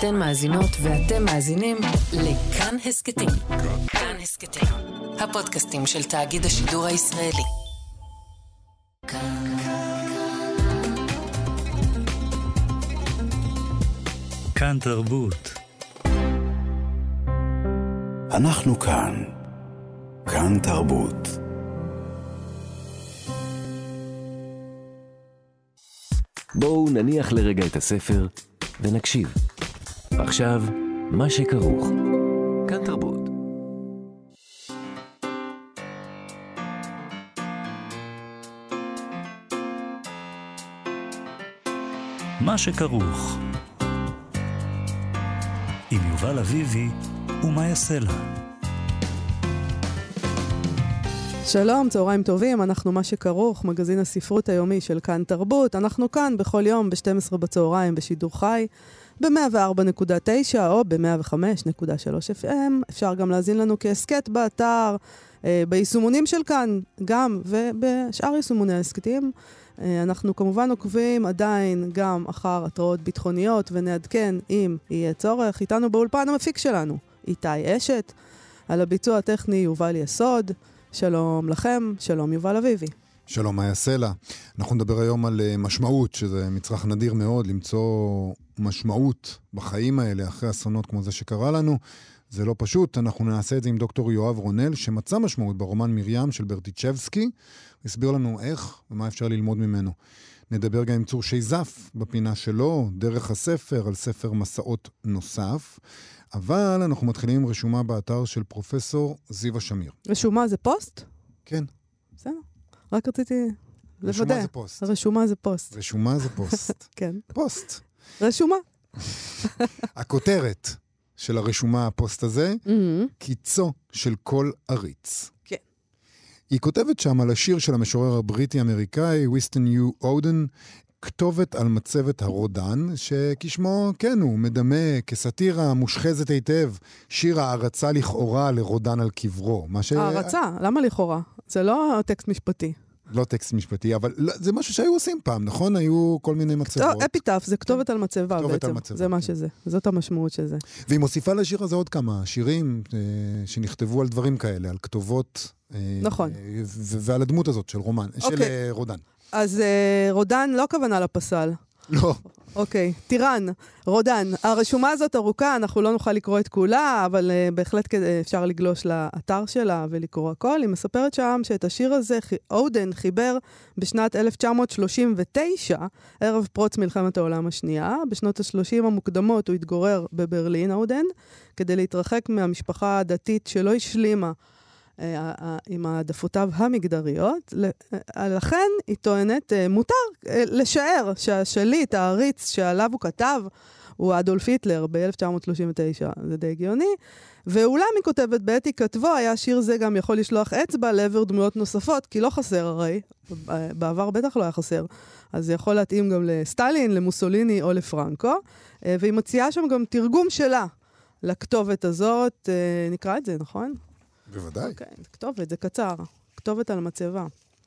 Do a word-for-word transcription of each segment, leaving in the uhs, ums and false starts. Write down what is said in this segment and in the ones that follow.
אתן מאזינות ואתם מאזינים לכאן הסקטים. כאן הסקטים, הפודקאסטים של תאגיד השידור הישראלי. כאן תרבות. אנחנו כאן. כאן תרבות. בואו נניח לרגע את הספר ונקשיב. עכשיו, מה שכרוך. כאן תרבות. מה שכרוך. עם יובל אביבי ומה יעשה לה. שלום, צהריים טובים, אנחנו מה שכרוך, מגזין הספרות היומי של כאן תרבות. אנחנו כאן בכל יום ב-שתים עשרה בצהריים בשידור חי, ב-מאה וארבע נקודה תשע או ב-מאה וחמש נקודה שלוש אף אם. אפשר גם להזין לנו כהסקט באתר, אה, ביישומונים של כאן, גם ובשאר יישומוני ההסקטים. אה, אנחנו כמובן עוקבים עדיין גם אחר התראות ביטחוניות ונעדכן אם יהיה צורך. איתנו באולפן המפיק שלנו, איתי אשת, על הביצוע הטכני יובל יסוד. שלום לכם, שלום יובל אביבי. שלום, מה יעשה לה? אנחנו נדבר היום על משמעות, שזה מצרך נדיר מאוד, למצוא משמעות בחיים האלה, אחרי אסונות כמו זה שקרה לנו. זה לא פשוט, אנחנו נעשה את זה עם דוקטור יואב רונל, שמצא משמעות ברומן מרים של ברדיצ'בסקי, הסביר לנו איך ומה אפשר ללמוד ממנו. נדבר גם עם צור שייזף בפינה שלו, דרך הספר, על ספר מסעות נוסף. אבל אנחנו מתחילים עם רשומה באתר של פרופסור זיווה שמיר. רשומה זה פוסט? כן. בסדר. רק רציתי לוודא. רשומה זה פוסט. רשומה זה פוסט. רשומה זה פוסט. כן. פוסט. רשומה. הכותרת של הרשומה הפוסט הזה, קיצו של כל עריץ. כן. היא כותבת שם על השיר של המשורר הבריטי-אמריקאי, ויסטון יו אודן, כתובת על מצבת הרודן, שכשמו, כן, הוא מדמה כסטירה מושחזת היטב, שיר הערצה לכאורה לרודן על קברו. ש... הערצה? למה לכאורה? זה לא טקסט משפטי. לא טקסט משפטי, אבל זה משהו שהיו עושים פעם, נכון? היו כל מיני מצבות. אפיטף, זה כתובת על מצבה כתובת בעצם. על מצבה, זה מה כן. שזה. זאת המשמעות של זה. והיא מוסיפה לשיר הזה עוד כמה שירים אה, שנכתבו על דברים כאלה, על כתובות. אה, נכון. אה, ו- ועל הדמות הזאת של רומן, אוקיי. של אה, רודן. אז אה, רודן לא כוונה לפסל. לא. אוקיי, טירן, רודן. הרשומה הזאת ארוכה, אנחנו לא נוכל לקרוא את כולה, אבל uh, בהחלט אפשר לגלוש לאתר שלה ולקרוא הכל. היא מספרת שם שאת השיר הזה אודן חיבר בשנת אלף תשע מאות שלושים ותשע, ערב פרוץ מלחמת העולם השנייה. בשנות ה-שלושים המוקדמות הוא התגורר בברלין, אודן, כדי להתרחק מהמשפחה הדתית שלא השלימה עם העדפותיו המגדריות. לכן היא טוענת, מותר לשער שהשליט, העריץ שעליו הוא כתב, הוא אדולף היטלר ב-אלף תשע מאות שלושים ותשע, זה די הגיוני. ואולם היא כותבת, בעת כתבו היה שיר זה גם יכול לשלוח אצבע לעבר דמויות נוספות, כי לא חסר הרי, בעבר בטח לא היה חסר, אז זה יכול להתאים גם לסטלין, למוסוליני או לפרנקו, והיא מציעה שם גם תרגום שלה לכתובת הזאת, נקרא את זה, נכון? בוודאי. אוקיי, זה כתובת, זה קצר. כתובת על המצבה.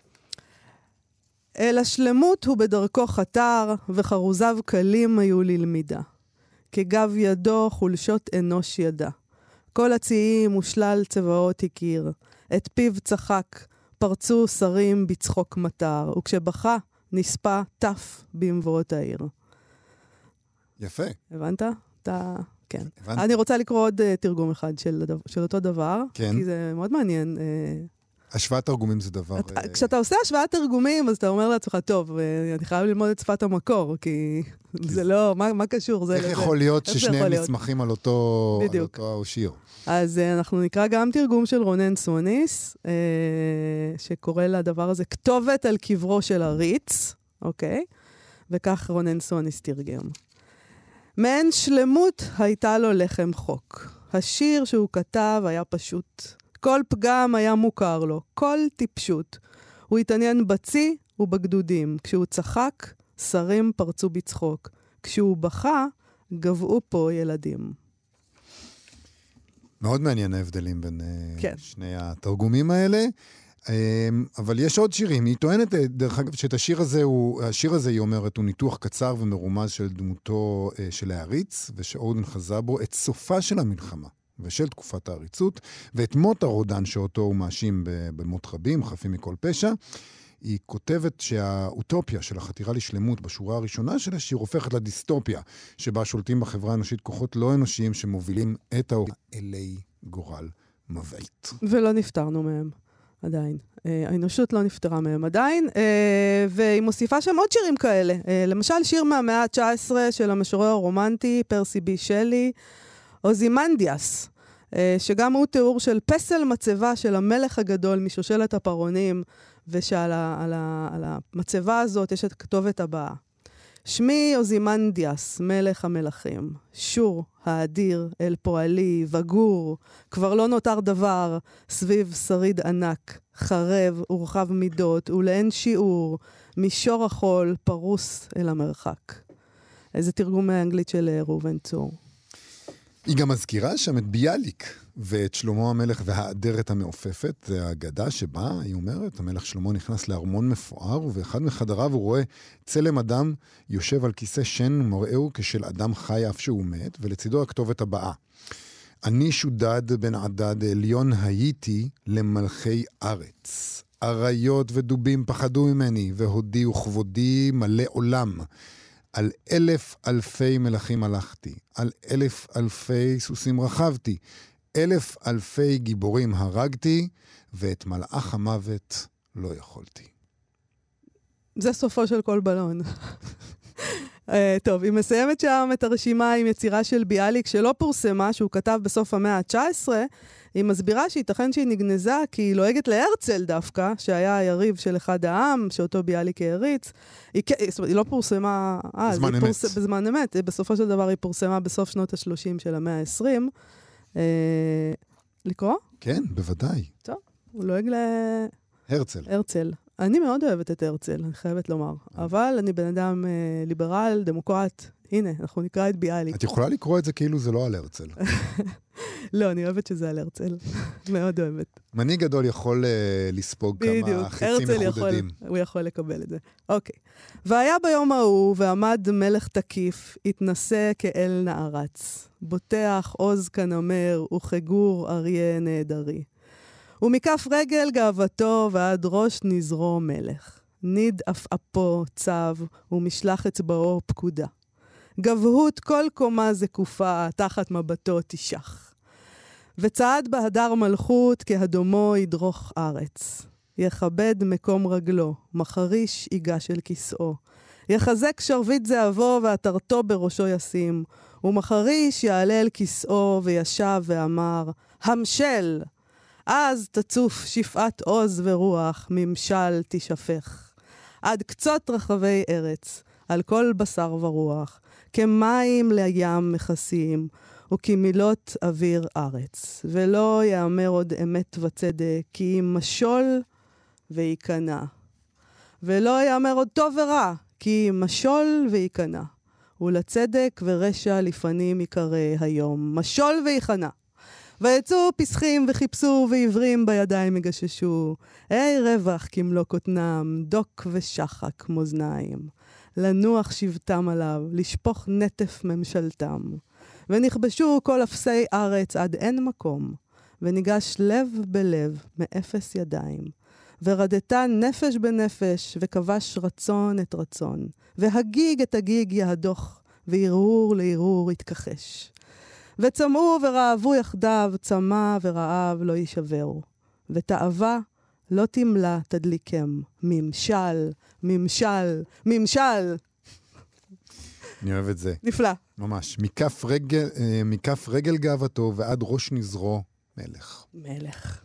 אל השלמות הוא בדרכו חתר, וחרוזיו קלים היו ללמידה. כגב ידו חולשות אנוש ידע. כל הציים ושלל צבאות הכיר. את פיו צחק, פרצו שרים בצחוק מטר, וכשבכה נספה טף במבואות העיר. יפה. הבנת? אתה... כן. הבנתי. אני רוצה לקרוא עוד uh, תרגום אחד של, של אותו דבר, כן. כי זה מאוד מעניין. Uh, השוואת תרגומים זה דבר... את, uh... כשאתה עושה השוואת תרגומים, אז אתה אומר לעצמך, טוב, uh, אני חייב ללמוד את שפת המקור, כי זה לא, מה, מה קשור? זה איך לזה? יכול להיות איך ששניהם להיות? נסמכים על אותו, על בדיוק. אותו שיר? אז uh, אנחנו נקרא גם תרגום של רונן סוניס, uh, שקורא לדבר הזה כתובת על קברו של עריץ, אוקיי? וכך רונן סוניס תרגם. מעין שלמות הייתה לו לחם חוק. השיר שהוא כתב היה פשוט. כל פגם היה מוכר לו, כל טיפשות. הוא התעניין בצי ובגדודים. כשהוא צחק, שרים פרצו בצחוק. כשהוא בכה, גבעו פה ילדים. מאוד מעניין ההבדלים בין כן. שני התרגומים האלה. אבל יש עוד שירים. היא טוענת, דרך אגב, שאת השיר הזה, הוא, השיר הזה, היא אומרת, הוא ניתוח קצר ומרומז של דמותו של העריץ, ושאודן חזה בו את סופה של המלחמה, ושל תקופת העריצות, ואת מות הרודן שאותו הוא מאשים במות רבים, חפים מכל פשע. היא כותבת שהאוטופיה של החתירה לשלמות בשורה הראשונה של השיר הופכת לדיסטופיה, שבה שולטים בחברה האנושית כוחות לא אנושיים שמובילים את העולם אלי גורל מבית. ולא נפטרנו מהם. עדיין. האנושות לא נפטרה מהם עדיין, והיא מוסיפה שם עוד שירים כאלה. למשל, שיר מהמאה ה-תשע עשרה של המשורר הרומנטי, פרסי בי שלי, אוזימנדיאס, שגם הוא תיאור של פסל מצבה של המלך הגדול משושלת הפרעונים, ושעל ה- על ה- על המצבה הזאת יש את הכתובת הבאה. שמי אוזימנדיאס, מלך המלכים, שור האדיר אל פועלי וגור, כבר לא נותר דבר, סביב שריד ענק, חרב ורחב מידות, ולאין שיעור, מישור החול פרוס אל המרחק. איזה תרגום מהאנגלית של ראובן צור. היא גם מזכירה שם את ביאליק ואת שלמה המלך והאדרת המעופפת. זה האגדה שבה, היא אומרת, המלך שלמה נכנס לארמון מפואר, ובאחד מחדריו הוא רואה צלם אדם יושב על כיסא שן ומראהו כשל אדם חי אף שהוא מת, ולצידו הכתובת הבאה. אני שודד בן עדד עליון הייתי למלכי ארץ. אריות ודובים פחדו ממני, והודיעו כבודי מלא עולם. על אלף אלפי מלכים הלכתי, על אלף אלפי סוסים רכבתי, אלף אלפי גיבורים הרגתי, ואת מלאך המוות לא יכולתי. זה סופו של כל בלון. uh, טוב, היא מסיימת שם את הרשימה עם יצירה של ביאליק שלא פורסמה, שהוא כתב בסוף המאה ה-תשע עשרה, היא מסבירה שייתכן שהיא נגנזה כי היא לועגת להרצל דווקא, שהיה היריב של אחד העם, שאותו ביאליק העריץ. היא, זאת אומרת, היא לא פורסמה אז, בזמן אמת. פורס, בזמן אמת. בסופו של דבר היא פורסמה בסוף שנות ה-שלושים של המאה ה-עשרים. אה, לקרוא? כן, בוודאי. טוב, הוא לועג ל... הרצל. הרצל. אני מאוד אוהבת את הרצל, אני חייבת לומר. אבל אני בן אדם אה, ליברל, דמוקרט. הנה, אנחנו נקרא את ביאליק. את יכולה לקרוא את זה כאילו זה לא על הרצל. לא, אני אוהבת שזה על הרצל. מאוד אוהבת. מנהיג גדול יכול uh, לספוג בדיוק, כמה חצים מחודדים. יכול, הוא יכול לקבל את זה. אוקיי. והיה ביום ההוא, ועמד מלך תקיף, התנסה כאל נערץ. בוטח עוז כנמר, וכגור אריה נהדרי. ומכף רגל גאוותו, ועד ראש נזרו מלך. ניד אפאפו צב, ומשלח אצבעו פקודה. גבהות כל קומה זקופה, תחת מבטו תשח. וצעד בהדר מלכות, כהדומו ידרוך ארץ. יכבד מקום רגלו, מחריש ייגש אל כיסאו. יחזק שרביט זהבו, ועטרתו בראשו ישים. ומחריש יעלה אל כיסאו, וישב ואמר, המשל! אז תצוף שפעת עוז ורוח, ממשל תשפך. עד קצות רחבי ארץ, על כל בשר ורוח, כמים לים מכסים, וכמילות אוויר ארץ. ולא יאמר עוד אמת וצדק, כי משול ויקנה. ולא יאמר עוד טוב ורע, כי משול ויקנה. ולצדק ורשע לפנים יקרא היום, משול ויקנה. ויצאו פסחים וחיפשו ועברים בידיים יגששו. היי רווח כמלוא כותנם, דוק ושחק מאזניים. לנוח שבטם עליו, לשפוך נטף ממשלתם. ונכבשו כל אפסי ארץ עד אין מקום. וניגש לב בלב מאפס ידיים. ורדתה נפש בנפש, וכבש רצון את רצון. והגיג את הגיג יהדוך, וערעור לערעור יתכחש. וצמאו ורעבו יחדיו, צמא ורעב לא יישברו. ותאווה לא תמלה תדליקם. ממשל, ממשל, ממשל. אני אוהב את זה. נפלא. ממש. מכף רגל, מכף רגל גאוותו ועד ראש נזרו מלך. מלך.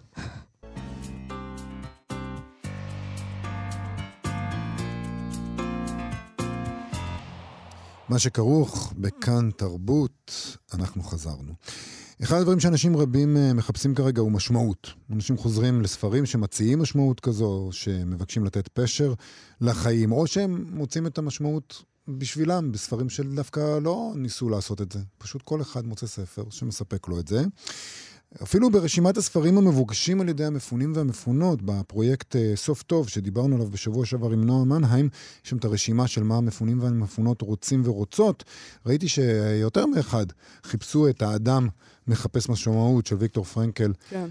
מה שכרוך בכאן תרבות, אנחנו חזרנו. אחד הדברים שאנשים רבים מחפשים כרגע הוא משמעות. אנשים חוזרים לספרים שמציעים משמעות כזו, שמבקשים לתת פשר לחיים, או שהם מוצאים את המשמעות בשבילם, בספרים של דווקא לא ניסו לעשות את זה. פשוט כל אחד מוצא ספר שמספק לו את זה. אפילו ברשימת הספרים המבוקשים על ידי המפונים והמפונות, בפרויקט סוף טוב, שדיברנו עליו בשבוע שעבר עם נועה מנהיים, יש שם את הרשימה של מה המפונים והמפונות רוצים ורוצות. ראיתי שיותר מאחד חיפשו את האדם מחפש משמעות של ויקטור פרנקל. כן.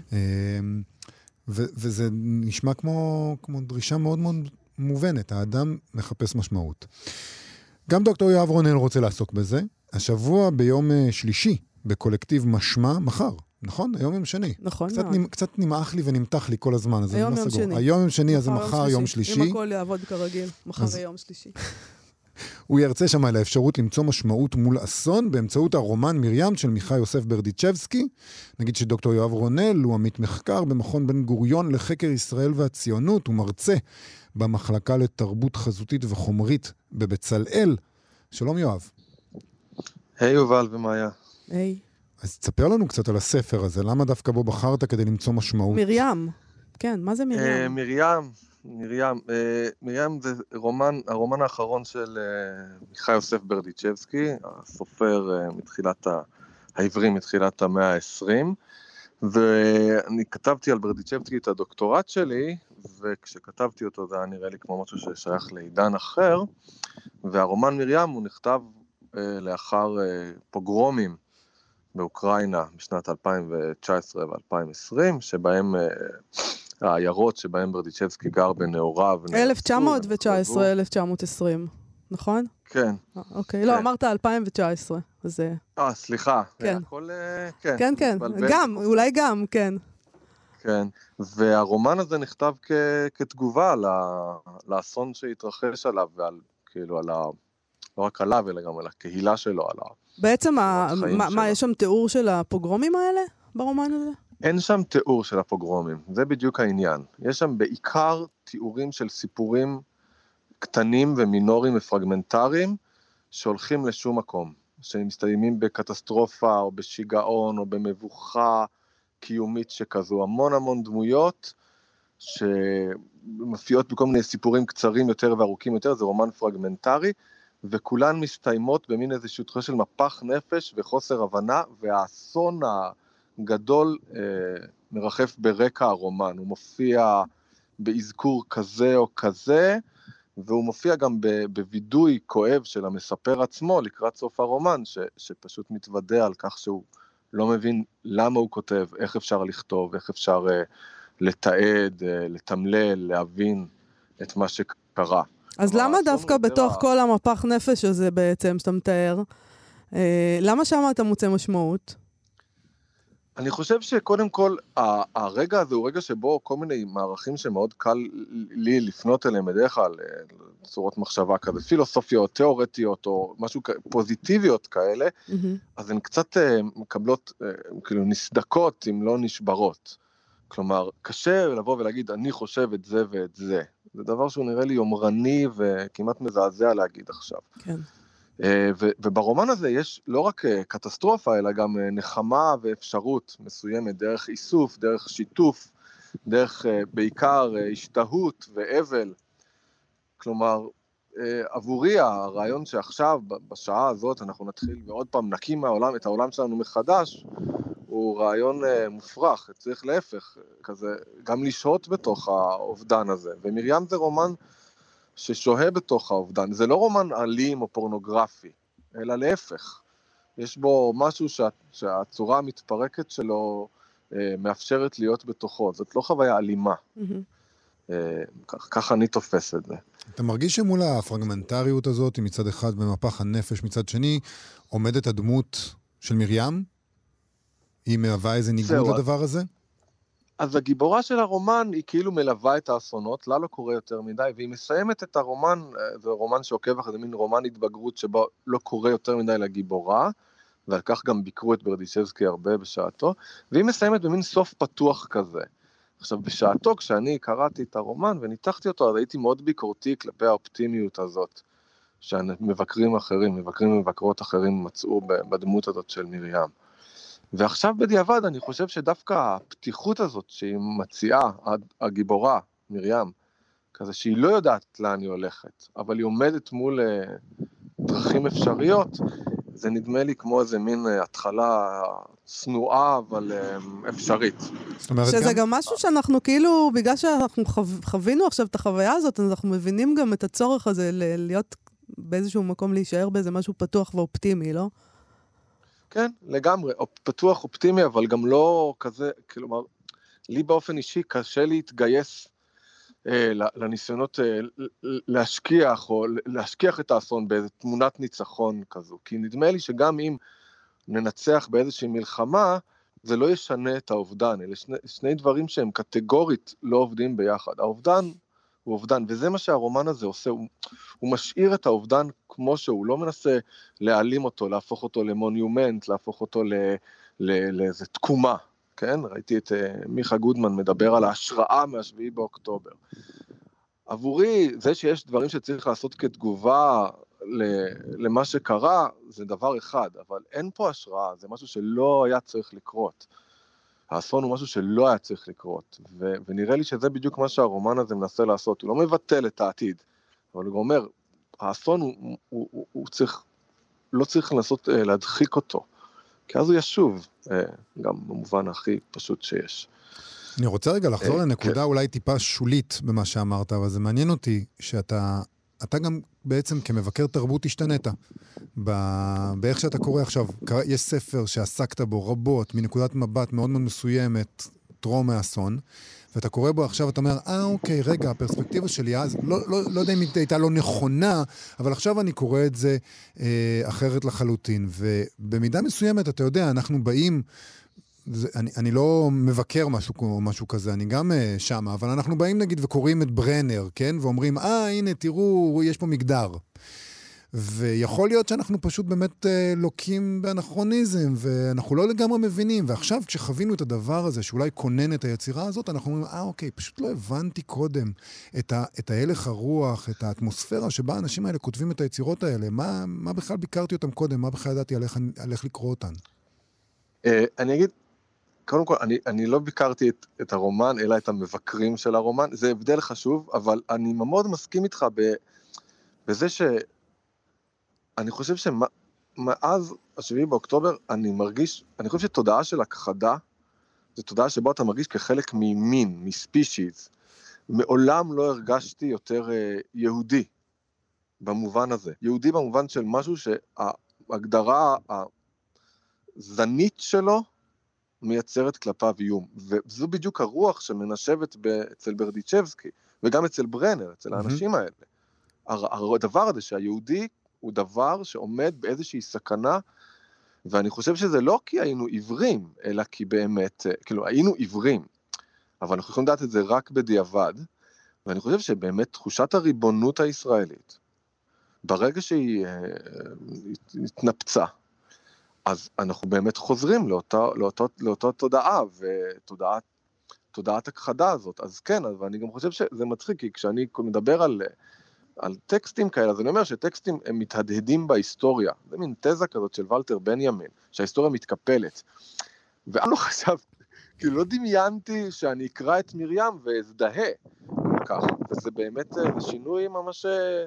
ו- וזה נשמע כמו, כמו דרישה מאוד מאוד מובנת. האדם מחפש משמעות. גם דוקטור יואב רונל רוצה לעסוק בזה. השבוע ביום שלישי, בקולקטיב משמע, מחר. נכון? היום יום שני. נכון. קצת, נמ, קצת נמעך לי ונמתח לי כל הזמן, אז היום אני לא יום סגור. שני. היום יום שני, אז זה מחר יום שלישי. אם הכל יעבוד כרגיל, מחר אז... יום שלישי. הוא ירצה שם על האפשרות למצוא משמעות מול אסון באמצעות הרומן מרים של מיכה יוסף ברדיצ'בסקי. נגיד שדוקטור יואב רונל הוא עמית מחקר במכון בן גוריון לחקר ישראל והציונות. הוא מרצה במחלקה לתרבות חזותית וחומרית בבצלאל. שלום יואב. היי יובל ומאיה. היי. אז תספר לנו קצת על הספר הזה, למה דווקא בו בחרת כדי למצוא משמעות? מרים. כן, מה זה מרים? מרים, מרים, מרים זה רומן, הרומן האחרון של מיכה יוסף ברדיצ'בסקי, הסופר מתחילת העברי, מתחילת המאה ה-עשרים, ואני כתבתי על ברדיצ'בסקי את הדוקטורט שלי, וכשכתבתי אותו זה היה נראה לי כמו משהו ששייך לעידן אחר, והרומן מרים הוא נכתב לאחר פוגרומים, באוקראינה בשנת אלפיים תשע עשרה ו-אלפיים עשרים, שבהם העיירות שבהם ברדיצ'בסקי גר בנעוריו. אלף תשע מאות תשע עשרה אלף תשע מאות עשרים, נכון? כן. אוקיי, לא, אמרת אלפיים תשע עשרה, אז... אה, סליחה. כן. הכל, כן. כן, כן, גם, אולי גם, כן. כן, והרומן הזה נכתב כתגובה לאסון שהתרחש עליו, ועל, כאילו, על ה... לא רק עליו, אלא גם על הקהילה שלו, על ה... בעצם, מה, יש שם תיאור של הפוגרומים האלה ברומן הזה? אין שם תיאור של הפוגרומים, זה בדיוק העניין. יש שם בעיקר תיאורים של סיפורים קטנים ומינוריים ופרגמנטריים, שהולכים לשום מקום, שמסתיימים בקטסטרופה, או בשיגעון, או במבוכה קיומית שכזו. המון המון דמויות, שמופיעות בכל מיני סיפורים קצרים יותר וארוכים יותר, זה רומן פרגמנטרי, וכולן מסתיימות במין איזושהי תחושה של מפח נפש וחוסר הבנה, והאסון הגדול אה, מרחף ברקע הרומן. הוא מופיע באזכור כזה או כזה, והוא מופיע גם בווידוי כואב של המספר עצמו לקראת סוף הרומן, ש, שפשוט מתוודע על כך שהוא לא מבין למה הוא כותב, איך אפשר לכתוב, איך אפשר אה, לתעד, אה, לתמלל, להבין את מה שקרה. אז למה דווקא בתוך כל המפח נפש הזה בעצם שאתה מתאר, למה שם אתה מוצא משמעות? אני חושב שקודם כל, הרגע הזה הוא רגע שבו כל מיני מערכים שמאוד קל לי לפנות אליהם בדרך כלל, צורות מחשבה כזה, פילוסופיות, תיאורטיות, או משהו פוזיטיביות כאלה, אז הן קצת מקבלות, כאילו נסדקות אם לא נשברות. כלומר, קשה לבוא ולהגיד, אני חושב את זה ואת זה. זה דבר שהוא נראה לי יומרני וכמעט מזעזע להגיד עכשיו. כן. ו- וברומן הזה יש לא רק קטסטרופה, אלא גם נחמה ואפשרות מסוימת, דרך איסוף, דרך שיתוף, דרך בעיקר השתהות ואבל. כלומר, עבורי הרעיון שעכשיו, בשעה הזאת, אנחנו נתחיל ועוד פעם נקים מהעולם, את העולם שלנו מחדש, הוא רעיון מופרך, צריך להפך, כזה, גם לשהות בתוך האובדן הזה. ומרים זה רומן ששוהה בתוך האובדן. זה לא רומן אלים או פורנוגרפי, אלא להפך. יש בו משהו שה, שהצורה המתפרקת שלו אה, מאפשרת להיות בתוכו. זאת לא חוויה אלימה. Mm-hmm. אה, כך, כך אני תופס את זה. אתה מרגיש שמול הפרגמנטריות הזאת, מצד אחד במפח הנפש, מצד שני, עומדת הדמות של מרים? היא מהווה איזה ניגוד לדבר הזה? אז הגיבורה של הרומן היא כאילו מלווה את האסונות, לה לא קורה יותר מדי, והיא מסיימת את הרומן, זה רומן שעוקב אחרי, זה מין רומן התבגרות שבו לא קורה יותר מדי לגיבורה, ועל כך גם ביקרו את ברדיצ'בסקי הרבה בשעתו, והיא מסיימת במין סוף פתוח כזה. עכשיו, בשעתו, כשאני קראתי את הרומן וניתחתי אותו, אז הייתי מאוד ביקורתי כלפי האופטימיות הזאת, שמבקרים אחרים, מבקרים ומבקרות אחרים מצאו בדמות הזאת של מרים. ועכשיו בדיעבד אני חושב שדווקא הפתיחות הזאת שהיא מציעה, הגיבורה, מרים, כזה שהיא לא יודעת לאן היא הולכת, אבל היא עומדת מול דרכים אפשריות, זה נדמה לי כמו איזה מין התחלה סנועה, אבל אפשרית. שזה גם... גם משהו שאנחנו כאילו, בגלל שאנחנו חו... חווינו עכשיו את החוויה הזאת, אנחנו מבינים גם את הצורך הזה ל- להיות באיזשהו מקום להישאר באיזה משהו פתוח ואופטימי, לא? כן, לגמרי, פתוח, אופטימי, אבל גם לא כזה, כלומר, לי באופן אישי קשה להתגייס אה, לניסיונות אה, להשכיח, או להשכיח את האסון באיזו תמונת ניצחון כזו, כי נדמה לי שגם אם ננצח באיזושהי מלחמה, זה לא ישנה את האובדן, אלה שני, שני דברים שהם קטגורית לא עובדים ביחד. האובדן הוא אובדן, וזה מה שהרומן הזה עושה, הוא, הוא משאיר את האובדן כמו שהוא, לא מנסה להעלים אותו, להפוך אותו למוניומנט, להפוך אותו ל, ל, לאיזו תקומה, כן? ראיתי את uh, מיכה גודמן מדבר על ההשראה מהשביעי באוקטובר. עבורי, זה שיש דברים שצריך לעשות כתגובה למה שקרה, זה דבר אחד, אבל אין פה השראה, זה משהו שלא היה צריך לקרות. האסון הוא משהו שלא היה צריך לקרות, ו- ונראה לי שזה בדיוק מה שהרומן הזה מנסה לעשות, הוא לא מבטל את העתיד, אבל הוא אומר, האסון הוא, הוא, הוא, הוא צריך, לא צריך לנסות uh, להדחיק אותו, כי אז הוא ישוב, uh, גם במובן הכי פשוט שיש. אני רוצה רגע לחזור לנקודה אולי טיפה שולית במה שאמרת, אבל זה מעניין אותי שאתה אתה גם בעצם כמבקר תרבות השתנית. באיך שאתה קורא עכשיו, יש ספר שעסקת בו רבות, מנקודת מבט מאוד מאוד מסוימת, טרום האסון, ואתה קורא בו עכשיו, אתה אומר, אה, אוקיי, רגע, הפרספקטיבה שלי אז, לא, לא, לא יודע אם הייתה לא נכונה, אבל עכשיו אני קורא את זה אה, אחרת לחלוטין. ובמידה מסוימת, אתה יודע, אנחנו באים, זה, אני, אני לא מבקר משהו, משהו כזה, אני גם uh, שם, אבל אנחנו באים נגיד וקוראים את ברנר, כן? ואומרים, אה, הנה, תראו, יש פה מגדר. ויכול להיות שאנחנו פשוט באמת uh, לוקים באנכרוניזם, ואנחנו לא לגמרי מבינים. ועכשיו, כשחווינו את הדבר הזה, שאולי כונן את היצירה הזאת, אנחנו אומרים, אה, אוקיי, פשוט לא הבנתי קודם את, ה, את ההלך הרוח, את האטמוספירה שבה האנשים האלה כותבים את היצירות האלה. מה, מה בכלל ביקרתי אותם קודם? מה בכלל ידעתי על איך, על איך לקרוא אותן? Uh, אני אגיד, קודם כל, אני, אני לא ביקרתי את, את הרומן, אלא את המבקרים של הרומן, זה הבדל חשוב, אבל אני מאוד מסכים איתך ב, בזה ש... אני חושב שמאז השביעי באוקטובר, אני מרגיש, אני חושב שתודעה של הכחדה, זו תודעה שבה אתה מרגיש כחלק ממין, מספישיז. מעולם לא הרגשתי יותר uh, יהודי, במובן הזה. יהודי במובן של משהו שההגדרה הזנית שלו, מייצרת כלפיו איום, וזו בדיוק הרוח שמנשבת אצל ברדיצ'בסקי, וגם אצל ברנר, אצל האנשים האלה. הדבר הזה שהיהודי הוא דבר שעומד באיזושהי סכנה, ואני חושב שזה לא כי היינו עיוורים, אלא כי באמת, כאילו היינו עיוורים, אבל אנחנו יכולים לדעת את זה רק בדיעבד, ואני חושב שבאמת תחושת הריבונות הישראלית, ברגע שהיא התנפצה, אז אנחנו באמת חוזרים לאותה, לאותה, לאותה תודעה, ותודעת, תודעת הכחדה הזאת. אז כן, ואני גם חושב שזה מצחיק, כי כשאני מדבר על, על טקסטים כאלה, אז אני אומר שטקסטים הם מתהדהדים בהיסטוריה. זה מין תזה כזאת של ולטר בנימין, שההיסטוריה מתקפלת. ואני לא חשב, כאילו לא דמיינתי שאני אקרא את מרים ואזדהה כך. וזה באמת שינוי ממש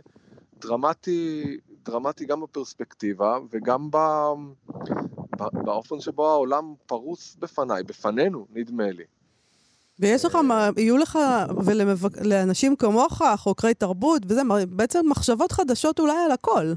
דרמטי, דרמטי גם בפרספקטיבה, וגם ב... באופן שבו העולם פרוס בפניי, בפנינו, נדמה לי. ויש לך, יהיו לך, ולאנשים כמוך, חוקרי תרבות, וזה בעצם מחשבות חדשות אולי על הכל.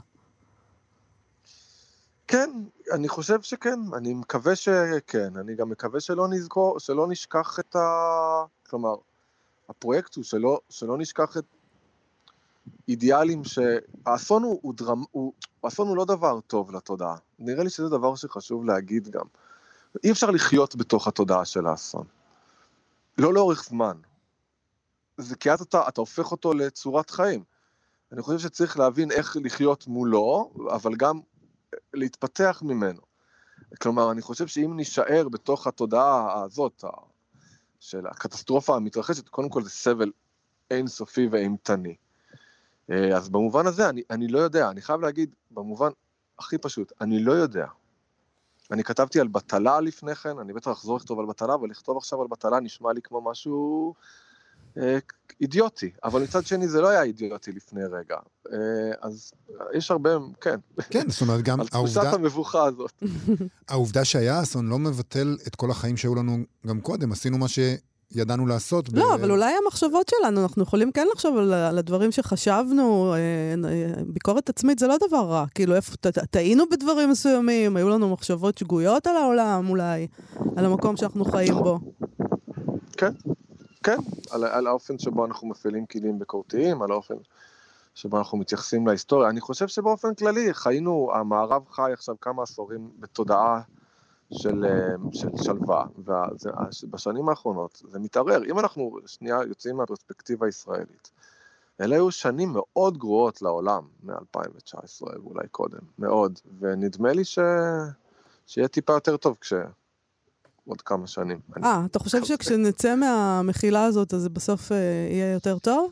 כן, אני חושב שכן, אני מקווה שכן, אני גם מקווה שלא נזכור, שלא נשכח את ה... כלומר, הפרויקט הוא שלא, שלא נשכח את אידיאלים שהאסון הוא, הוא, דרמ... הוא... האסון הוא לא דבר טוב לתודעה. נראה לי שזה דבר שחשוב להגיד גם. אי אפשר לחיות בתוך התודעה של האסון. לא לאורך זמן. זה כי אז אתה, אתה הופך אותו לצורת חיים. אני חושב שצריך להבין איך לחיות מולו, אבל גם להתפתח ממנו. כלומר, אני חושב שאם נשאר בתוך התודעה הזאת, של הקטסטרופה המתרחשת, קודם כל זה סבל אינסופי ואימתני. אז במובן הזה, אני, אני לא יודע, אני חייב להגיד, במובן הכי פשוט, אני לא יודע. אני כתבתי על בטלה לפני כן, אני בטח אחזור לכתוב על בטלה, אבל לכתוב עכשיו על בטלה נשמע לי כמו משהו אידיוטי, אבל מצד שני זה לא היה אידיוטי לפני רגע. אז יש הרבה, כן. כן, זאת אומרת, גם העובדה... על תחושת המבוכה הזאת. העובדה שהיה אסון לא מבטל את כל החיים שהיו לנו גם קודם. עשינו מה שידענו לעשות. לא, אבל אולי המחשבות שלנו, אנחנו יכולים כן לחשוב על הדברים שחשבנו, ביקורת עצמית זה לא דבר רע. כאילו, טעינו בדברים מסוימים, היו לנו מחשבות שגויות על העולם, אולי, על המקום שאנחנו חיים בו. כן. כן, על, על האופן שבו אנחנו מפעילים כלים ביקורתיים, על האופן שבו אנחנו מתייחסים להיסטוריה. אני חושב שבאופן כללי חיינו, המערב חי עכשיו כמה עשורים בתודעה של, של שלווה, ובשנים האחרונות זה מתערער. אם אנחנו שנייה יוצאים מהפרספקטיבה הישראלית, אלה היו שנים מאוד גרועות לעולם, מ-אלפיים תשע עשרה ואולי קודם, מאוד, ונדמה לי ש... שיהיה טיפה יותר טוב כש... עוד כמה שנים. אה, אתה חושב שכשנצא מהמחילה הזאת, אז בסוף יהיה יותר טוב?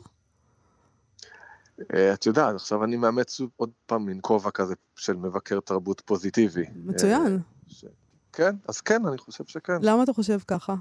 את יודעת, עכשיו אני מאמץ עוד פעם מין כובע כזה של מבקר תרבות פוזיטיבי. מצוין. כן, אז כן, אני חושב שכן. למה אתה חושב ככה?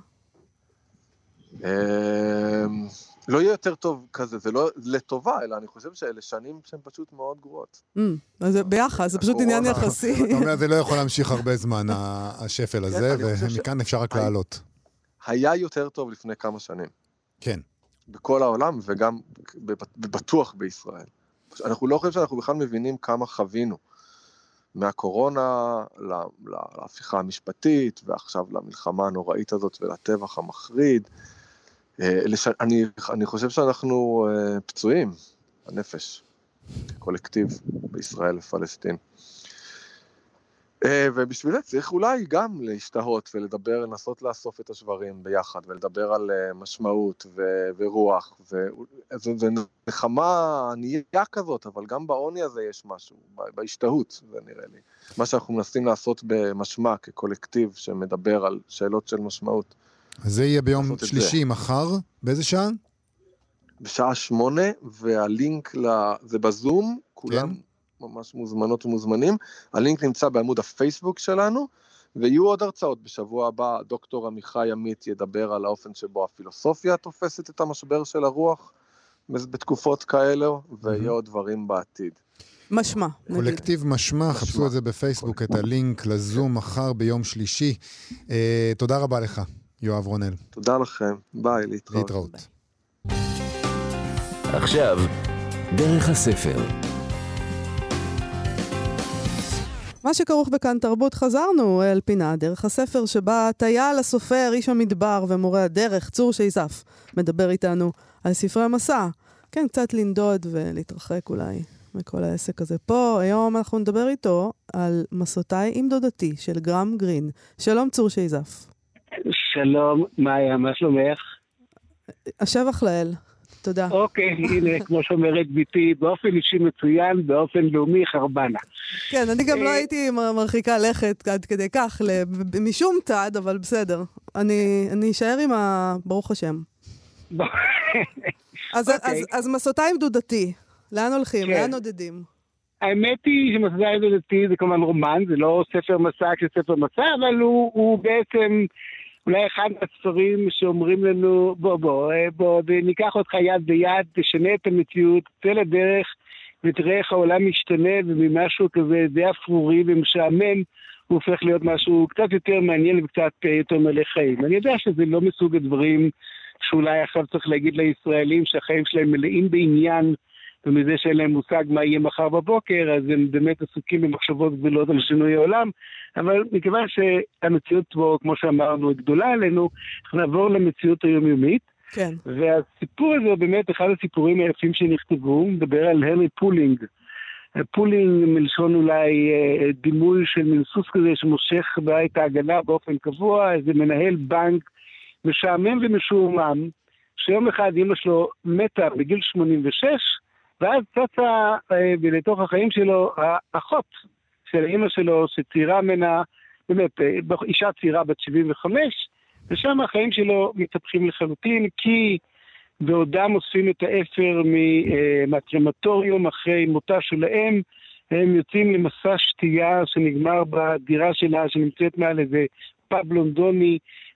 לא יהיה יותר טוב כזה, זה לא לטובה, אלא אני חושב שאלה שנים שהן פשוט מאוד גרועות. אז ביחד, זה פשוט עניין יחסי. אתה אומר, זה לא יכול להמשיך הרבה זמן, השפל הזה, ומכאן אפשר רק לעלות. היה יותר טוב לפני כמה שנים. כן. בכל העולם, וגם בטוח בישראל. אנחנו לא חושבים שאנחנו בכלל מבינים כמה חווינו. מהקורונה להפיכה המשפטית, ועכשיו למלחמה הנוראית הזאת ולטבח המחריד. אני, אני חושב שאנחנו פצועים, הנפש, קולקטיב בישראל ופלסטין. ובשביל זה צריך אולי גם להשתהות ולדבר, לנסות לאסוף את השברים ביחד, ולדבר על משמעות ו- ורוח, וזו נחמה ענייה כזאת, אבל גם בעוני הזה יש משהו, בהשתהות, זה נראה לי. מה שאנחנו מנסים לעשות במשמע כקולקטיב שמדבר על שאלות של משמעות. אז זה יהיה ביום שלישי, מחר, באיזה שעה? בשעה שמונה, והלינק זה בזום, כולם ממש מוזמנות ומוזמנים. הלינק נמצא בעמוד הפייסבוק שלנו, ויהיו עוד הרצאות בשבוע הבא. דוקטור עמיחי עמית ידבר על האופן שבו הפילוסופיה תופסת את המשבר של הרוח בתקופות כאלו, ויהיו עוד דברים בעתיד. משמע. קולקטיב משמע, חפשו את זה בפייסבוק, את הלינק לזום מחר ביום שלישי. תודה רבה לך. יואב רונל. תודה לכם. ביי, להתראות. להתראות. עכשיו, דרך הספר. מה שכרוך בכאן תרבות, חזרנו אל פינה דרך הספר, שבה טייל הסופר, איש המדבר ומורה הדרך, צור שייזף, מדבר איתנו על ספרי מסע. כן, קצת לנדוד ולהתרחק אולי מכל העסק הזה. פה, היום אנחנו נדבר איתו על מסעותיי עם דודתי של גרם גרין. שלום צור שייזף. שלום, מאיה, מה שלומך? השבח לאל, תודה. אוקיי, הנה, כמו שאומרת ביתי, באופן אישי מצוין, באופן לאומי חרבנה. כן, אני גם לא הייתי מרחיקה לכת עד כדי כך, משום צד, אבל בסדר. אני אשאר עם ברוך השם. אז מסעותיי עם דודתי, לאן הולכים? לאן נודדים? האמת היא שמסעותיי עם דודתי זה כמובן רומן, זה לא ספר מסע כשספר מסע, אבל הוא בעצם אולי אחד מהספרים שאומרים לנו, בוא בוא, בוא, ניקח אותך יד ביד, תשנה את המציאות, תצא לדרך, ותראה איך העולם משתנה, וממשהו כזה די אפרורי ומשעמם, הוא הופך להיות משהו קצת יותר מעניין וקצת יותר מלא חיים. אני יודע שזה לא מסוג הדברים שאולי עכשיו צריך להגיד לישראלים שהחיים שלהם מלאים בעניין, ומזה שאין להם מושג מה יהיה מחר בבוקר, אז הם באמת עסוקים במחשבות גדולות על שינוי העולם, אבל מכיוון שהמציאות פה, כמו שאמרנו, היא גדולה עלינו, אנחנו נעבור למציאות היומיומית, כן. והסיפור הזה הוא באמת אחד הסיפורים היפים שנכתבו, הוא מדבר על הנרי פולינג. פולינג מלשון אולי דימוי של מין סוס כזה שמושך את העגלה באופן קבוע, איזה מנהל בנק משעמם ומשועמם, שיום אחד אמא שלו מתה בגיל שמונים ושש, ואז צצה לתוך החיים שלו האחות של אמא שלו, שצעירה מנה, באמת, אישה צעירה בת שבעים וחמש, ושם החיים שלו מתהפכים לחלוטין, כי בעודם אוספים את האפר מהקרמטוריום אחרי מותה של האם, הם יוצאים למסע שתייה שנגמר בדירה שלה, שנמצאת מעל איזה פאב לונדוני,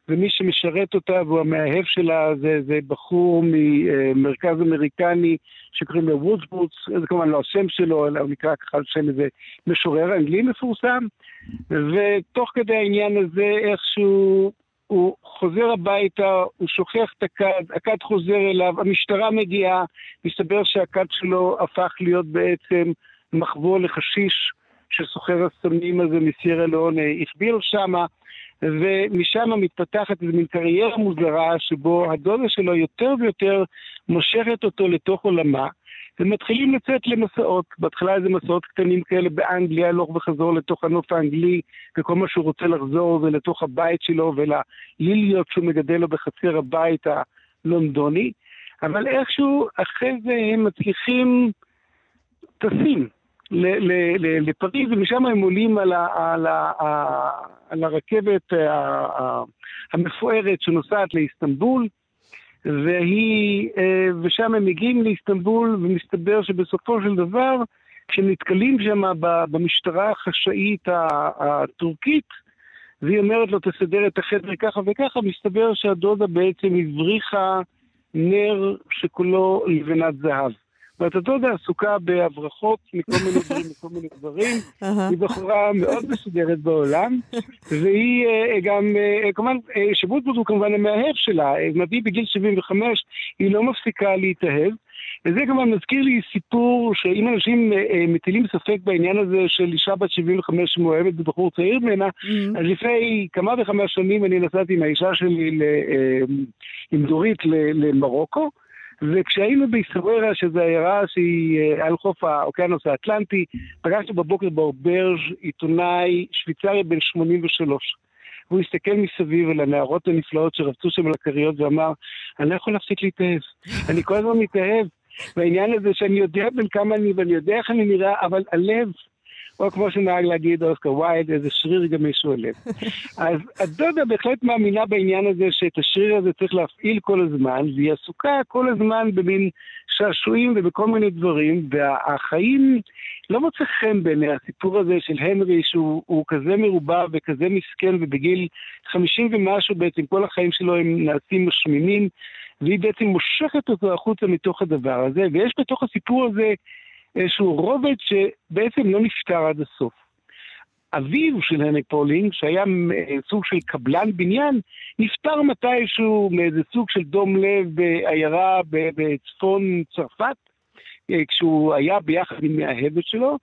ומי שמשרת אותה והוא המאהב שלה זה, זה בחור ממרכז אמריקני שקוראים לו וודסבורץ, זה כמובן לא השם שלו, אלא הוא נקרא ככה שם איזה משורר אנגלי מפורסם, ותוך כדי העניין הזה איכשהו הוא חוזר הביתה, הוא שוכח את הכד, הכד חוזר אליו, המשטרה מגיעה, מסתבר שהכד שלו הפך להיות בעצם מחבוא לחשיש שסוחר הסמים הזה מסירה לאונה החביא שמה, ומשם מתפתחת איזו מין קריירה מוזרה שבו הדודה שלו יותר ויותר מושכת אותו לתוך עולמה, ומתחילים לצאת למסעות, בהתחלה זה מסעות קטנים כאלה באנגליה, הלוך וחזור לתוך הנוף האנגלי, וכל מה שהוא רוצה לחזור זה לתוך הבית שלו ולליליות שהוא מגדל לו בחצר הבית הלונדוני, אבל איכשהו אחרי זה הם מצליחים טסים לפריז, ומשם הם עולים על, ה, על, ה, על הרכבת המפוארת שנוסעת לאיסטנבול, והיא, ושם הם מגיעים לאיסטנבול, ומסתבר שבסופו של דבר, כשהם נתקלים שם במשטרה החשאית הטורקית, והיא אומרת לו תסדר את החדר ככה וככה, מסתבר שהדודה בעצם הבריחה נר שכולו לבנת זהב. ואת הדודה עסוקה בהברחות מכל מיני דברים, מכל מיני דברים. היא בחורה מאוד מסודרת בעולם, והיא גם, כמובן, שבוטבוט הוא כמובן המאהב שלה, מביא בגיל שבעים וחמש, היא לא מפסיקה להתאהב, וזה כמובן מזכיר לי סיפור שאם אנשים מטילים ספק בעניין הזה של אישה בת שבעים וחמש שמאוהבת בבחור צעיר ממנה, אז לפני כמה וכמה שנים אני נסעתי עם האישה שלי עם דורית למרוקו, וכשהיינו ביסררה, שזו העיירה שהיא על חוף האוקיינוס האטלנטי, פגשנו בבוקר באוברג' עיתונאי שוויצרי בן שמונים ושלוש. והוא הסתכל מסביב על הנערות הנפלאות שרבצו שם על הכריות ואמר, אני לא יכול להפסיק להתאהב. אני כל הזמן מתאהב. והעניין הזה שאני יודע בין כמה אני ואני יודע איך אני נראה, אבל הלב, או כמו שנהג להגיד אוסקר ווילד, איזה שריר גם מישהו הלב. אז הדודה בהחלט מאמינה בעניין הזה שאת השריר הזה צריך להפעיל כל הזמן, והיא עסוקה כל הזמן במין שעשועים ובכל מיני דברים, והחיים לא מוצא חן בעיני הסיפור הזה של הנרי, שהוא כזה מרובע וכזה מסכן, ובגיל חמישים ומשהו בעצם כל החיים שלו הם נעשים משמינים, והיא בעצם מושכת אותו החוצה מתוך הדבר הזה, ויש בתוך הסיפור הזה איזשהו רובד שבעצם לא נפטר עד הסוף. אביו של הנרי פולינג, שהיה סוג של קבלן בניין, נפטר מתישהו מאיזה סוג של דום לב בעיירה בצפון צרפת, כשהוא היה ביחד עם מאהבת שלו,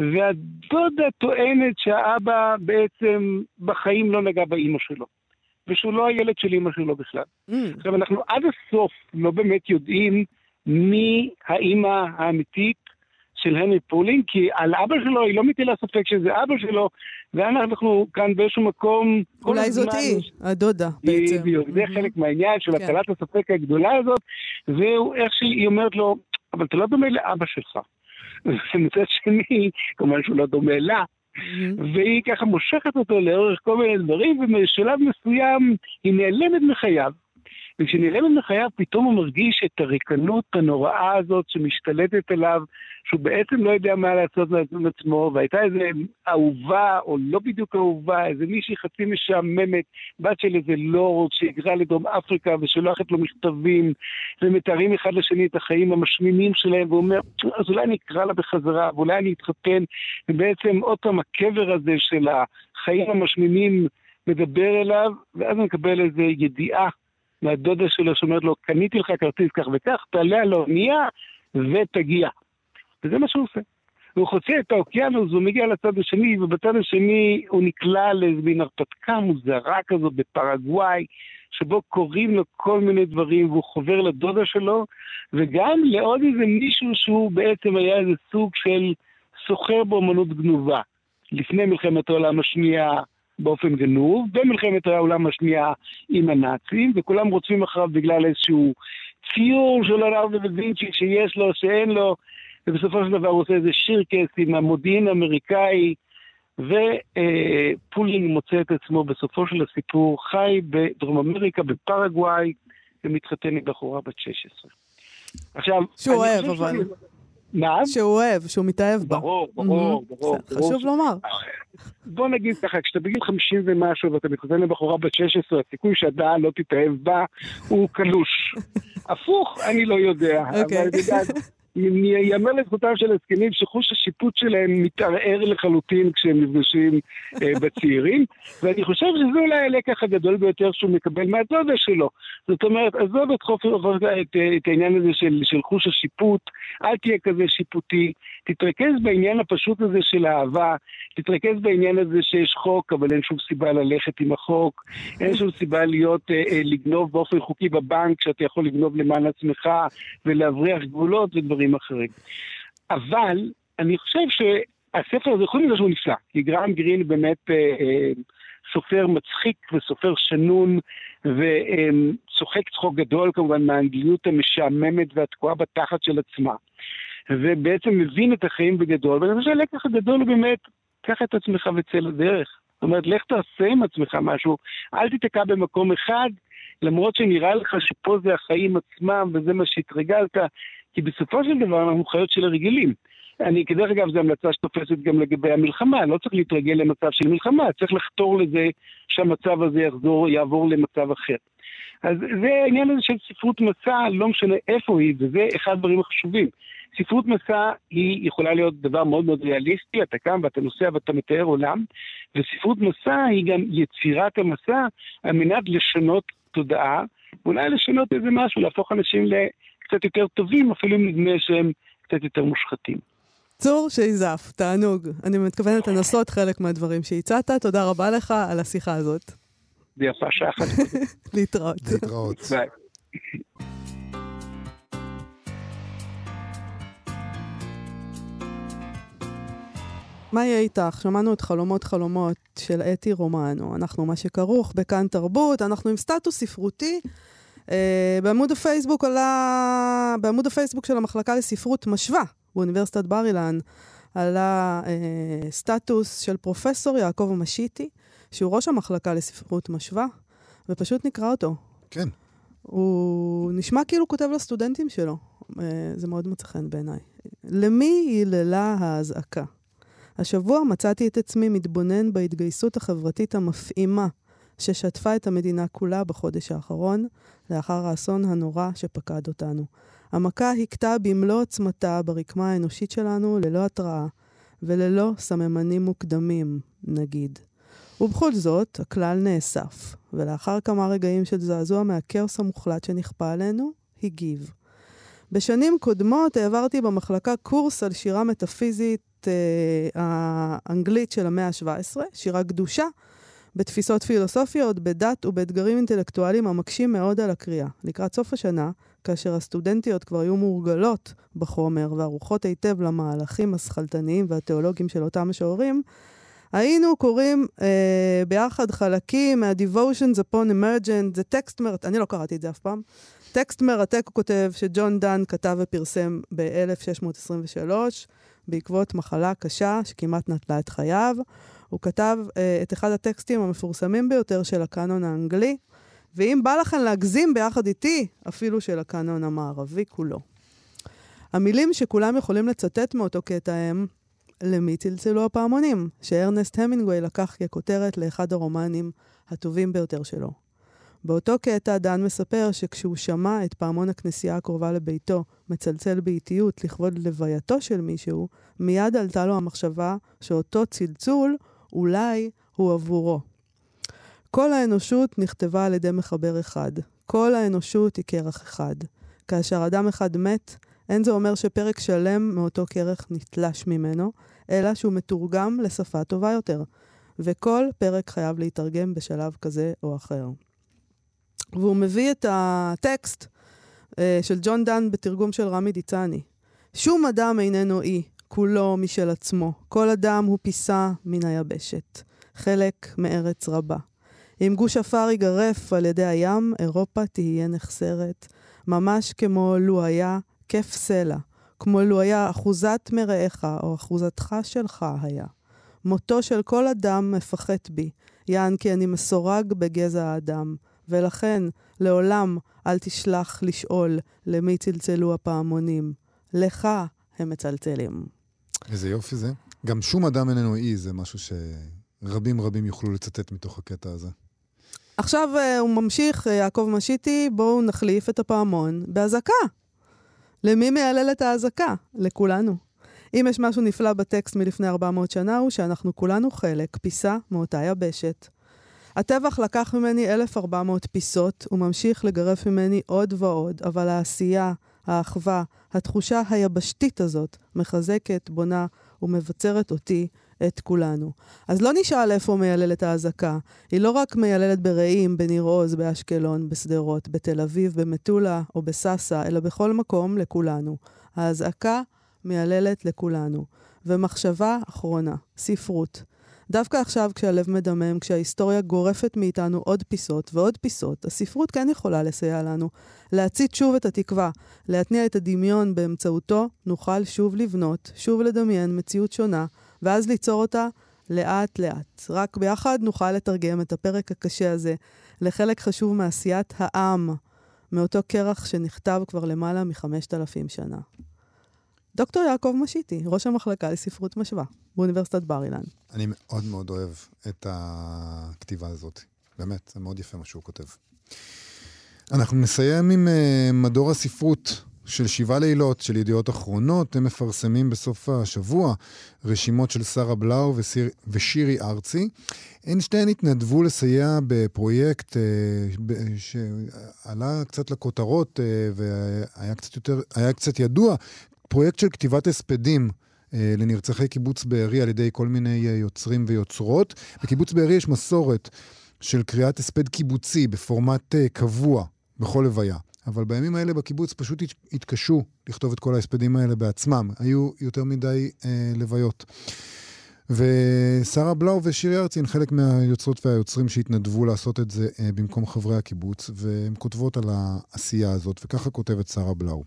והדודה טוענת שהאבא בעצם בחיים לא נגע באמא שלו, ושהוא לא הילד של אמא שלו בכלל. Mm. עכשיו אנחנו עד הסוף לא באמת יודעים מי האמא האמיתית של הנרי פולינג, כי על אבא שלו היא לא מטילה ספק שזה אבא שלו, ואנחנו כאן באיזשהו מקום... אולי זאת היא, הדודה בעצם. זה חלק מהעניין של הטלת הספק הגדולה הזאת, והוא איך שהיא אומרת לו, אבל אתה לא דומה לאבא שלך. ומצד שני, כמובן שהוא לא דומה לה, והיא ככה מושכת אותו לאורך כל מיני דברים, ובשלב מסוים היא נעלמת מחייו, וכשנעלמת מחייו פתאום הוא מרגיש את הריקנות הנוראה הזאת שמשתלטת עליו, שהוא בעצם לא יודע מה לעשות עם עצמו, והייתה איזו אהובה, או לא בדיוק אהובה, איזו מישהי חצי משעממת, בת של איזה לורד שהגרה לדרום אפריקה ושולחת לו מכתבים, ומתארים אחד לשני את החיים המשמימים שלהם, והוא אומר, אז אולי אני אקרא לה בחזרה, ואולי אני אתחתן, ובעצם עוד פעם הקבר הזה של החיים המשמימים מדבר אליו, ואז הוא מקבל איזו ידיעה מהדודה שלו שאומרת לו, קניתי לך כרטיס כך וכך, תעלה על האונייה ותגיע. וזה מה שהוא עושה. הוא חוצה את האוקיינוס, הוא מגיע לצד השני, ובצד השני הוא נקלע לאיזו מין הרפתקה מוזרה כזו בפרגוואי, שבו קוראים לו כל מיני דברים, והוא חובר לדודה שלו, וגם לעוד איזה מישהו שהוא בעצם היה איזה סוג של סוחר באמנות גנובה. לפני מלחמת העולם השנייה, באופן גנוב, במלחמת העולם השנייה עם הנאצים, וכולם רוצים אחריו בגלל איזשהו ציור של ליאונרדו דה וינצ'י שיש לו, שאין לו, ובסופו של דבר הוא עושה איזה שירקס עם המודיעין האמריקאי, ופולינג מוצא את עצמו בסופו של הסיפור, חי בדרום אמריקה, בפרגוואי, ומתחתן עם בחורה בת שש עשרה. עכשיו, שהוא אוהב אבל. מה? שהוא אוהב, שהוא מתאהב בה. ברור, ברור, ברור. חשוב לומר. בוא נגיד ככה, כשאתה בגיל חמישים ומשהו ואתה מתחתן לבחורה בת שש עשרה, הסיכוי שאתה לא תתאהב בה הוא קלוש. הפוך, אני לא יודע. אבל יאמר לזכותם של הזקנים שחוש השיפוט שלהם מתערער לחלוטין כשהם נפגשים אה, בצעירים, ואני חושב שזה אולי הלקח הגדול ביותר שהוא מקבל מהדודה שלו. זאת אומרת, עזוב את חופר, את, את, את העניין הזה של, של חוש השיפוט, אל תהיה כזה שיפוטי, תתרכז בעניין הפשוט הזה של האהבה, תתרכז בעניין הזה שיש חוק, אבל אין שום סיבה ללכת עם החוק, אין שום סיבה להיות, אה, אה, לגנוב באופן חוקי בבנק, שאתה יכול לגנוב למען עצמך ולהבריח גבולות ודברים אחרים. אבל אני חושב שהספר הזה, חוץ מזה שהוא נפלא, כי גרהם גרין באמת אה, אה, סופר מצחיק וסופר שנון, וצוחק צחוק גדול כמובן מהאנגליות המשעממת והתקועה בתחת של עצמה. ובעצם מבין את החיים בגדול, ואני חושב שהלקח הגדול הוא באמת, קח את עצמך וצא לדרך. זאת אומרת, לך תעשה עם עצמך משהו, אל תתקע במקום אחד, למרות שנראה לך שפה זה החיים עצמם, וזה מה שהתרגלת, כי בסופו של דבר אנחנו חיות של הרגילים. אני, כדרך אגב, זו המלצה שתופסת גם לגבי המלחמה, לא צריך להתרגל למצב של מלחמה, צריך לחתור לזה שהמצב הזה יחזור, יעבור למצב אחר. אז זה העניין הזה של ספרות מסע, לא משנה איפה היא, וזה אחד הדברים החשובים. ספרות מסע היא יכולה להיות דבר מאוד מאוד ריאליסטי, אתה קם ואתה נוסע ואתה מתאר עולם, וספרות מסע היא גם יצירת המסע, על מנת לשנות תודעה, ואולי לשנות איזה משהו, להפוך אנשים לקצת יותר טובים, אפילו אם נדמה שהם קצת יותר מושחתים. צור שייזף, תענוג. אני מתכוונת לנסות חלק מהדברים שהצעת, תודה רבה לך על השיחה הזאת. זה יפה שעה אחת. להתראות. להתראות. ביי. מה יהיה איתך? שמענו את חלומות חלומות של אתי רומנו. אנחנו מה שכרוך בכאן תרבות, אנחנו עם סטטוס ספרותי. אה, בעמוד הפייסבוק עלה, בעמוד הפייסבוק של המחלקה לספרות משווה, באוניברסיטת בר אילן, עלה אה, סטטוס של פרופסור יעקב המשיטי, שהוא ראש המחלקה לספרות משווה, ופשוט נקרא אותו. כן. הוא נשמע כאילו כותב לסטודנטים שלו. אה, זה מאוד מוצא חן בעיניי. למי היללה ההזעקה? השבוע מצאתי את עצמי מתבונן בהתגייסות החברתית המפעימה ששטפה את המדינה כולה בחודש האחרון, לאחר האסון הנורא שפקד אותנו. המכה הכתה במלוא עצמתה ברקמה האנושית שלנו ללא התראה, וללא סממנים מוקדמים, נגיד. ובכל זאת, הכלל נאסף, ולאחר כמה רגעים של זעזוע מהכאוס המוחלט שנכפה עלינו, הגיב. בשנים קודמות העברתי במחלקה קורס על שירה מטאפיזית האנגלית של המאה ה-שבע עשרה, שירה קדושה, בתפיסות פילוסופיות, בדת ובאתגרים אינטלקטואליים המקשים מאוד על הקריאה. לקראת סוף השנה, כאשר הסטודנטיות כבר היו מורגלות בחומר וערוכות היטב למהלכים הסכלתניים והתיאולוגיים של אותם משוררים, היינו קוראים אה, ביחד חלקים מה-Devotions upon Emergent, זה טקסט מרתק, אני לא קראתי את זה אף פעם, טקסט מרתק הוא כותב שג'ון דן כתב ופרסם ב-אלף שש מאות עשרים ושלוש, בעקבות מחלה קשה שכמעט נטלה את חייו. הוא כתב אה, את אחד הטקסטים המפורסמים ביותר של הקאנון האנגלי, ואם בא לכם להגזים ביחד איתי, אפילו של הקאנון המערבי כולו. המילים שכולם יכולים לצטט מאותו קטע הם, למי צלצלו הפעמונים, שארנסט המינגווי לקח ככותרת לאחד הרומנים הטובים ביותר שלו. באותו קטע דן מספר שכשהוא שמע את פעמון הכנסייה הקרובה לביתו מצלצל באיטיות לכבוד לווייתו של מישהו, מיד עלתה לו המחשבה שאותו צלצול אולי הוא עבורו. כל האנושות נכתבה על ידי מחבר אחד. כל האנושות היא כרך אחד. כאשר אדם אחד מת, אין זה אומר שפרק שלם מאותו כרך נתלש ממנו, אלא שהוא מתורגם לשפה טובה יותר. וכל פרק חייב להתרגם בשלב כזה או אחר. והוא מביא את הטקסט אה, של ג'ון דן בתרגום של רמי דיצני. שום אדם איננו אי, כולו משל עצמו. כל אדם הוא פיסה מן היבשת, חלק מארץ רבה. אם גוש אפר ייגרף על ידי הים, אירופה תהיה נחסרת, ממש כמו לו היה כיף סלע, כמו לו היה אחוזת מרעך או אחוזתך שלך היה. מותו של כל אדם מפחת בי, יען כי אני מסורג בגזע האדם. ולכן לעולם אל תשלח לשאול למי צלצלו הפעמונים. לך הם מצלצלים. איזה יופי זה. גם שום אדם איננו אי, זה משהו שרבים רבים יוכלו לצטט מתוך הקטע הזה. עכשיו הוא ממשיך, יעקב משיטי, בואו נחליף את הפעמון בהזקה. למי מיילל את ההזקה? לכולנו. אם יש משהו נפלא בטקסט מלפני ארבע מאות שנה, הוא שאנחנו כולנו חלק, פיסה מאותה יבשת. הטבח לקח ממני אלף וארבע מאות פיסות, וממשיך לגרף ממני עוד ועוד, אבל העשייה, האחווה, התחושה היבשתית הזאת, מחזקת, בונה ומבצרת אותי, את כולנו. אז לא נשאל איפה מייללת ההזקה. היא לא רק מייללת ברעים, בניר עוז, באשקלון, בסדרות, בתל אביב, במטולה או בססה, אלא בכל מקום לכולנו. ההזקה מייללת לכולנו. ומחשבה אחרונה, ספרות. דווקא עכשיו כשהלב מדמם, כשההיסטוריה גורפת מאיתנו עוד פיסות ועוד פיסות, הספרות כן יכולה לסייע לנו. להצית שוב את התקווה, להתניע את הדמיון באמצעותו, נוכל שוב לבנות, שוב לדמיין מציאות שונה, ואז ליצור אותה לאט לאט. רק ביחד נוכל לתרגם את הפרק הקשה הזה לחלק חשוב מעשיית העם, מאותו קרח שנכתב כבר למעלה מחמשת אלפים שנה. דוקטור יעקב משיטי, ראש המחלקה לספרות משווה, באוניברסיטת בר אילן. אני מאוד מאוד אוהב את הכתיבה הזאת. באמת, זה מאוד יפה מה שהוא כותב. אנחנו נסיים עם uh, מדור הספרות של שבעה לילות של ידיעות אחרונות. הם מפרסמים בסוף השבוע רשימות של שרה בלאו וסיר, ושירי ארצי. הן שתיהן התנדבו לסייע בפרויקט uh, ב- שעלה קצת לכותרות uh, והיה קצת יותר, היה קצת ידוע, פרויקט של כתיבת הספדים uh, לנרצחי קיבוץ בארי על ידי כל מיני uh, יוצרים ויוצרות. בקיבוץ בארי יש מסורת של קריאת הספד קיבוצי בפורמט uh, קבוע בכל הוויה. אבל בימים האלה בקיבוץ פשוט התקשו לכתוב את כל ההספדים האלה בעצמם. היו יותר מדי אה, לוויות. ושרה בלאו ושירי ארצי הן חלק מהיוצרות והיוצרים שהתנדבו לעשות את זה אה, במקום חברי הקיבוץ, והן כותבות על העשייה הזאת, וככה כותבת שרה בלאו.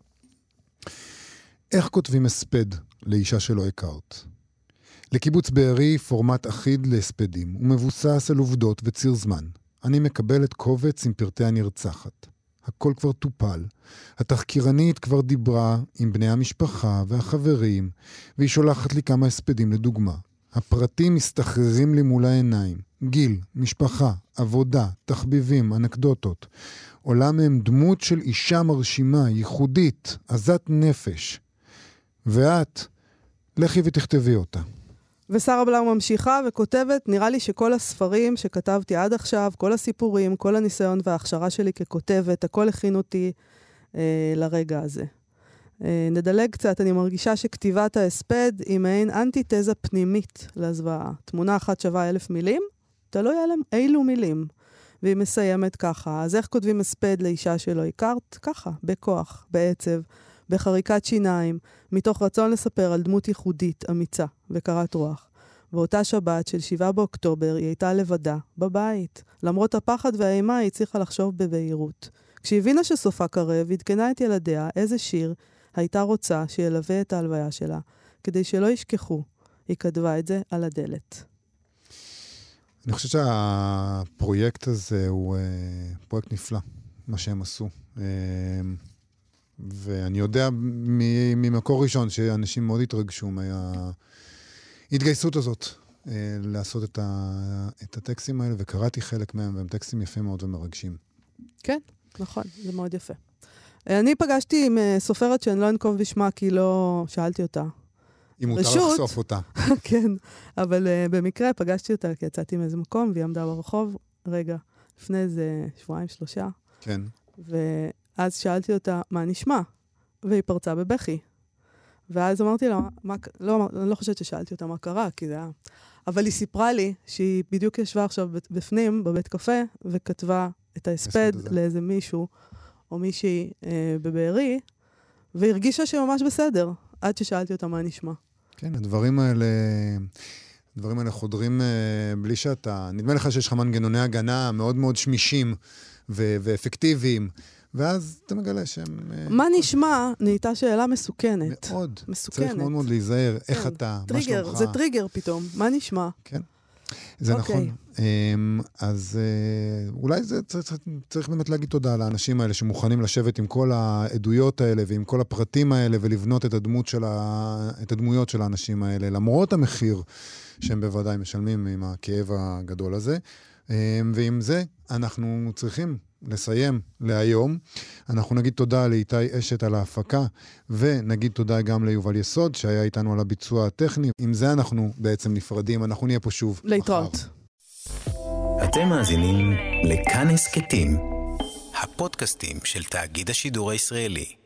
איך כותבים הספד לאישה שלא הכרת? לקיבוץ בארי פורמט אחיד להספדים, ומבוסס על עובדות וציר זמן. אני מקבלת קובץ עם פרטי הנרצחת. הכל כבר טופל. התחקירנית כבר דיברה עם בני המשפחה והחברים, והיא שולחת לי כמה הספדים לדוגמה. הפרטים מסתחררים לי מול העיניים. גיל, משפחה, עבודה, תחביבים, אנקדוטות. עולה מהם דמות של אישה מרשימה, ייחודית, עזת נפש. ואת, לכי ותכתבי אותה. ושרה בלאו ממשיכה וכותבת, נראה לי שכל הספרים שכתבתי עד עכשיו, כל הסיפורים, כל הניסיון וההכשרה שלי ככותבת, הכל הכין אותי אה, לרגע הזה. אה, נדלג קצת, אני מרגישה שכתיבת ההספד היא מעין אנטיתזה פנימית לזוועה. תמונה אחת שווה אלף מילים, תלוי אילו מילים. והיא מסיימת ככה. אז איך כותבים הספד לאישה שלא הכרת? ככה, בכוח, בעצב, בחריקת שיניים, מתוך רצון לספר על דמות ייחודית, אמיצה וקרת רוח. באותה שבת של שבעה באוקטובר היא הייתה לבדה, בבית. למרות הפחד והאימה היא הצליחה לחשוב בבהירות. כשהיא הבינה שסופה קרב, התקנה את ילדיה איזה שיר הייתה רוצה שילווה את ההלוויה שלה, כדי שלא ישכחו. היא כתבה את זה על הדלת. אני חושב שהפרויקט הזה הוא פרויקט נפלא, מה שהם עשו. ואני יודע ממקור ראשון שאנשים מאוד התרגשו מההתגייסות הזאת לעשות את, ה, את הטקסטים האלה, וקראתי חלק מהם, והם טקסטים יפים מאוד ומרגשים. כן, נכון, זה מאוד יפה. אני פגשתי עם סופרת שאני לא אנקוב בשמה, כי לא שאלתי אותה. אם מותר לחשוף אותה. כן, אבל uh, במקרה פגשתי אותה, כי יצאתי מאיזה מקום, והיא עמדה ברחוב, רגע, לפני איזה שבועיים, שלושה. כן. ואז שאלתי אותה, מה נשמע? והיא פרצה בבכי. ואז אמרתי לה, מה, לא, אני לא חושבת ששאלתי אותה מה קרה, כי זה היה... אבל היא סיפרה לי שהיא בדיוק ישבה עכשיו בפנים, בבית קפה, וכתבה את ההספד לאיזה מישהו, או מישהי אה, בבארי, והרגישה שממש בסדר, עד ששאלתי אותה מה נשמע. כן, הדברים האלה, הדברים האלה חודרים אה, בלי שאתה... נדמה לך שיש לך מנגנוני הגנה מאוד מאוד שמישים ו- ואפקטיביים, ואז אתה מגלה שהם... מה נשמע? נהייתה שאלה מסוכנת. מאוד. מסוכנת. צריך מאוד מאוד להיזהר. איך אתה, טריגר, זה טריגר פתאום. מה נשמע? כן. זה נכון. אז אולי זה צריך באמת להגיד תודה לאנשים האלה שמוכנים לשבת עם כל העדויות האלה ועם כל הפרטים האלה ולבנות את הדמות של ה... את הדמויות של האנשים האלה, למרות המחיר שהם בוודאי משלמים עם הכאב הגדול הזה. ועם זה אנחנו צריכים לסיים להיום. אנחנו נגיד תודה לאיתי אשת על ההפקה, ונגיד תודה גם ליובל יסוד שהיה איתנו על הביצוע הטכני. עם זה אנחנו בעצם נפרדים, אנחנו נהיה פה שוב להתראות. אתם מאזינים לכאן הסכתים, הפודקאסטים של תאגיד השידור הישראלי.